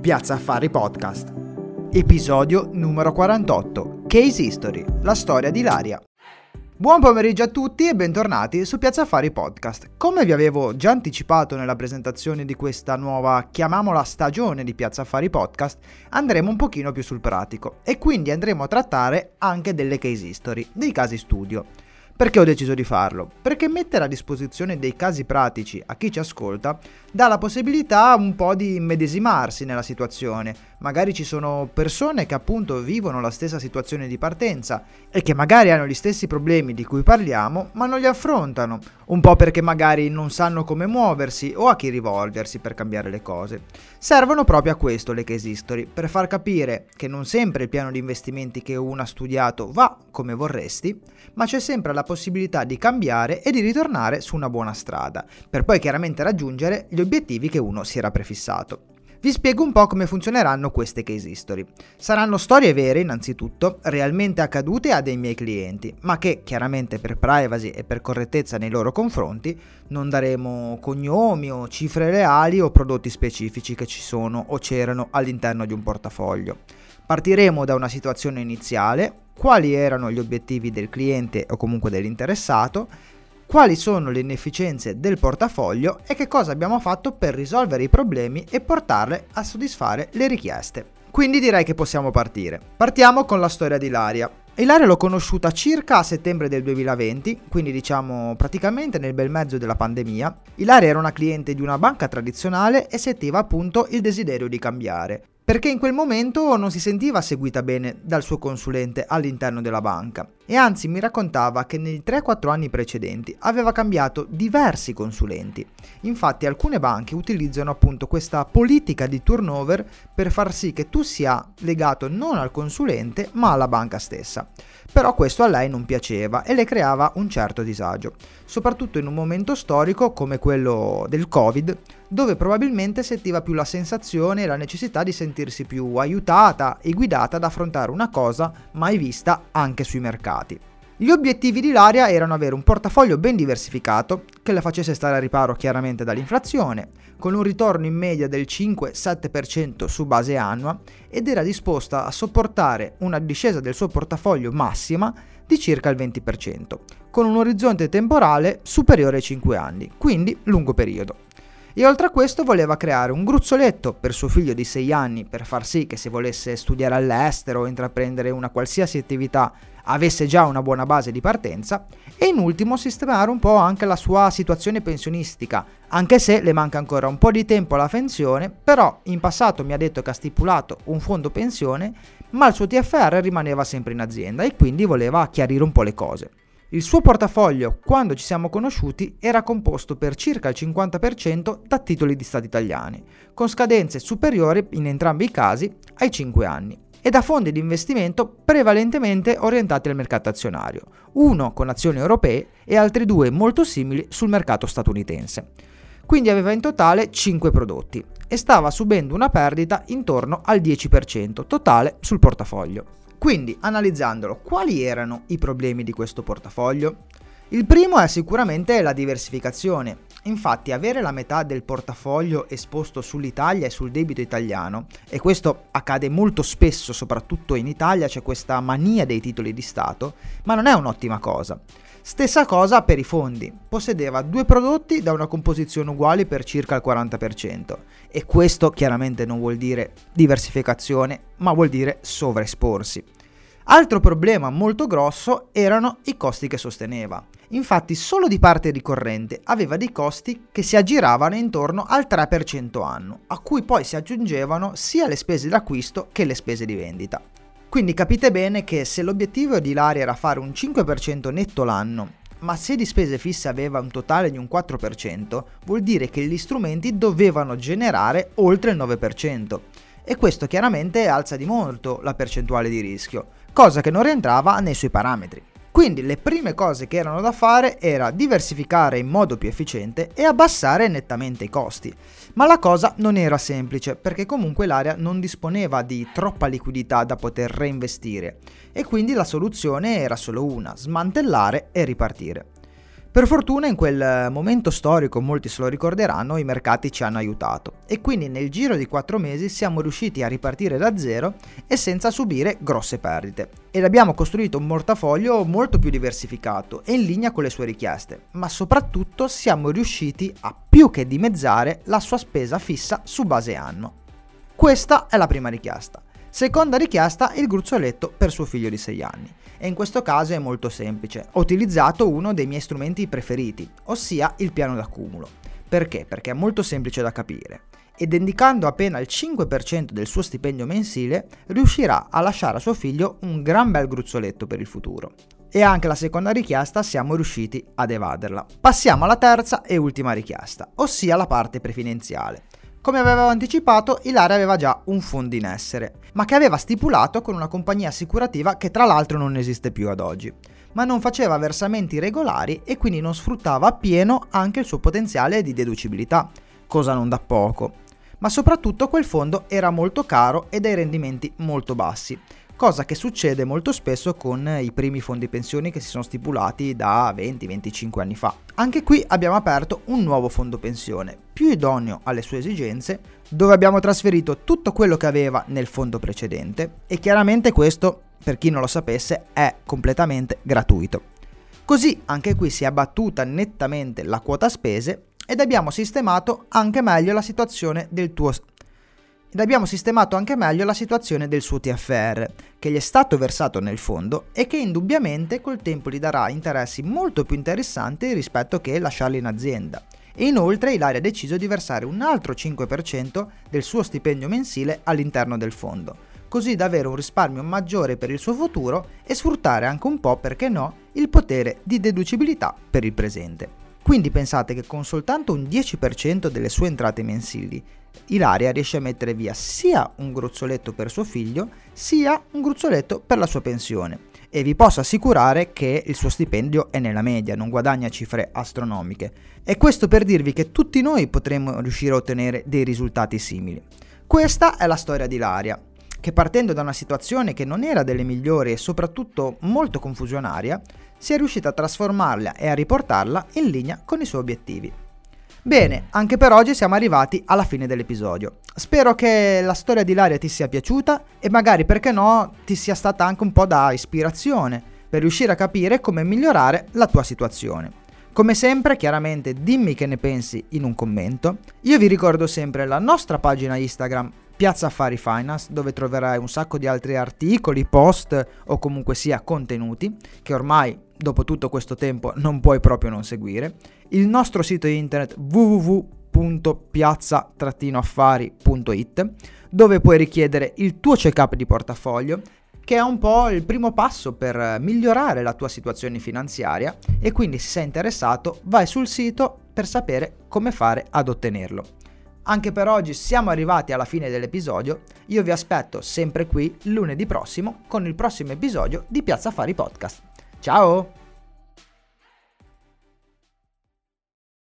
Piazza Affari Podcast. Episodio numero 48. Case History, la storia di Ilaria. Buon pomeriggio a tutti e bentornati su Piazza Affari Podcast. Come vi avevo già anticipato nella presentazione di questa nuova, chiamiamola stagione di Piazza Affari Podcast, andremo un pochino più sul pratico e quindi andremo a trattare anche delle case history, dei casi studio. Perché ho deciso di farlo? Perché mettere a disposizione dei casi pratici a chi ci ascolta dà la possibilità un po' di immedesimarsi nella situazione. Magari ci sono persone che appunto vivono la stessa situazione di partenza e che magari hanno gli stessi problemi di cui parliamo ma non li affrontano, un po' perché magari non sanno come muoversi o a chi rivolgersi per cambiare le cose. Servono proprio a questo le case history, per far capire che non sempre il piano di investimenti che uno ha studiato va come vorresti, ma c'è sempre la possibilità di cambiare e di ritornare su una buona strada, per poi chiaramente raggiungere gli obiettivi che uno si era prefissato. Vi spiego un po' come funzioneranno queste case history. Saranno storie vere innanzitutto, realmente accadute a dei miei clienti, ma che chiaramente per privacy e per correttezza nei loro confronti non daremo cognomi o cifre reali o prodotti specifici che ci sono o c'erano all'interno di un portafoglio. Partiremo da una situazione iniziale, quali erano gli obiettivi del cliente o comunque dell'interessato, quali sono le inefficienze del portafoglio e che cosa abbiamo fatto per risolvere i problemi e portarle a soddisfare le richieste. Quindi direi che possiamo partire. Partiamo con la storia di Ilaria. Ilaria l'ho conosciuta circa a settembre del 2020, quindi diciamo praticamente nel bel mezzo della pandemia. Ilaria era una cliente di una banca tradizionale e sentiva appunto il desiderio di cambiare, perché in quel momento non si sentiva seguita bene dal suo consulente all'interno della banca e anzi mi raccontava che nei 3-4 anni precedenti aveva cambiato diversi consulenti. Infatti alcune banche utilizzano appunto questa politica di turnover per far sì che tu sia legato non al consulente ma alla banca stessa. Però questo a lei non piaceva e le creava un certo disagio, soprattutto in un momento storico come quello del Covid, dove probabilmente sentiva più la sensazione e la necessità di sentirsi più aiutata e guidata ad affrontare una cosa mai vista anche sui mercati. Gli obiettivi di Ilaria erano avere un portafoglio ben diversificato, che la facesse stare a riparo chiaramente dall'inflazione, con un ritorno in media del 5-7% su base annua ed era disposta a sopportare una discesa del suo portafoglio massima di circa il 20%, con un orizzonte temporale superiore ai 5 anni, quindi lungo periodo. E oltre a questo voleva creare un gruzzoletto per suo figlio di 6 anni per far sì che se volesse studiare all'estero o intraprendere una qualsiasi attività avesse già una buona base di partenza e in ultimo sistemare un po' anche la sua situazione pensionistica, anche se le manca ancora un po' di tempo alla pensione, però in passato mi ha detto che ha stipulato un fondo pensione, ma il suo TFR rimaneva sempre in azienda e quindi voleva chiarire un po' le cose. Il suo portafoglio, quando ci siamo conosciuti, era composto per circa il 50% da titoli di Stato italiani, con scadenze superiori in entrambi i casi ai 5 anni, e da fondi di investimento prevalentemente orientati al mercato azionario, uno con azioni europee e altri 2 molto simili sul mercato statunitense. Quindi aveva in totale 5 prodotti e stava subendo una perdita intorno al 10% totale sul portafoglio. Quindi, analizzandolo, quali erano i problemi di questo portafoglio? Il primo è sicuramente la diversificazione. Infatti, avere la metà del portafoglio esposto sull'Italia e sul debito italiano, e questo accade molto spesso, soprattutto in Italia c'è questa mania dei titoli di Stato, ma non è un'ottima cosa. Stessa cosa per i fondi, possedeva 2 prodotti da una composizione uguale per circa il 40% e questo chiaramente non vuol dire diversificazione, ma vuol dire sovraesporsi. Altro problema molto grosso erano i costi che sosteneva. Infatti solo di parte ricorrente aveva dei costi che si aggiravano intorno al 3% anno, a cui poi si aggiungevano sia le spese d'acquisto che le spese di vendita. Quindi capite bene che se l'obiettivo di Ilaria era fare un 5% netto l'anno, ma se di spese fisse aveva un totale di un 4%, vuol dire che gli strumenti dovevano generare oltre il 9%. E questo chiaramente alza di molto la percentuale di rischio, cosa che non rientrava nei suoi parametri. Quindi le prime cose che erano da fare era diversificare in modo più efficiente e abbassare nettamente i costi. Ma la cosa non era semplice perché comunque l'area non disponeva di troppa liquidità da poter reinvestire e quindi la soluzione era solo una: smantellare e ripartire. Per fortuna in quel momento storico, molti se lo ricorderanno, i mercati ci hanno aiutato e quindi nel giro di 4 mesi siamo riusciti a ripartire da zero e senza subire grosse perdite. Ed abbiamo costruito un portafoglio molto più diversificato e in linea con le sue richieste, ma soprattutto siamo riusciti a più che dimezzare la sua spesa fissa su base anno. Questa è la prima richiesta. Seconda richiesta, il gruzzoletto per suo figlio di 6 anni. E in questo caso è molto semplice. Ho utilizzato uno dei miei strumenti preferiti, ossia il piano d'accumulo. Perché? Perché è molto semplice da capire. Ed indicando appena il 5% del suo stipendio mensile, riuscirà a lasciare a suo figlio un gran bel gruzzoletto per il futuro. E anche la seconda richiesta siamo riusciti ad evaderla. Passiamo alla terza e ultima richiesta, ossia la parte previdenziale. Come avevo anticipato, Ilaria aveva già un fondo in essere, ma che aveva stipulato con una compagnia assicurativa che tra l'altro non esiste più ad oggi, ma non faceva versamenti regolari e quindi non sfruttava appieno anche il suo potenziale di deducibilità, cosa non da poco. Ma soprattutto quel fondo era molto caro e dai rendimenti molto bassi, cosa che succede molto spesso con i primi fondi pensioni che si sono stipulati da 20-25 anni fa. Anche qui abbiamo aperto un nuovo fondo pensione, più idoneo alle sue esigenze, dove abbiamo trasferito tutto quello che aveva nel fondo precedente e chiaramente questo, per chi non lo sapesse, è completamente gratuito. Così anche qui si è abbattuta nettamente la quota spese ed abbiamo sistemato anche meglio la situazione del suo TFR, che gli è stato versato nel fondo e che indubbiamente col tempo gli darà interessi molto più interessanti rispetto che lasciarli in azienda. E inoltre Ilaria ha deciso di versare un altro 5% del suo stipendio mensile all'interno del fondo, così da avere un risparmio maggiore per il suo futuro e sfruttare anche un po', perché no, il potere di deducibilità per il presente. Quindi pensate che con soltanto un 10% delle sue entrate mensili Ilaria riesce a mettere via sia un gruzzoletto per suo figlio, sia un gruzzoletto per la sua pensione. E vi posso assicurare che il suo stipendio è nella media, non guadagna cifre astronomiche. E questo per dirvi che tutti noi potremmo riuscire a ottenere dei risultati simili. Questa è la storia di Ilaria, che partendo da una situazione che non era delle migliori e soprattutto molto confusionaria, si è riuscita a trasformarla e a riportarla in linea con i suoi obiettivi. Bene, anche per oggi siamo arrivati alla fine dell'episodio. Spero che la storia di Ilaria ti sia piaciuta e magari, perché no, ti sia stata anche un po' da ispirazione per riuscire a capire come migliorare la tua situazione. Come sempre, chiaramente dimmi che ne pensi in un commento. Io vi ricordo sempre la nostra pagina Instagram Piazza Affari Finance, dove troverai un sacco di altri articoli, post o comunque sia contenuti che ormai dopo tutto questo tempo non puoi proprio non seguire. Il nostro sito internet www.piazza-affari.it, dove puoi richiedere il tuo check-up di portafoglio, che è un po' il primo passo per migliorare la tua situazione finanziaria, e quindi se sei interessato vai sul sito per sapere come fare ad ottenerlo. Anche per oggi siamo arrivati alla fine dell'episodio. Io vi aspetto sempre qui lunedì prossimo con il prossimo episodio di Piazza Affari Podcast. Ciao!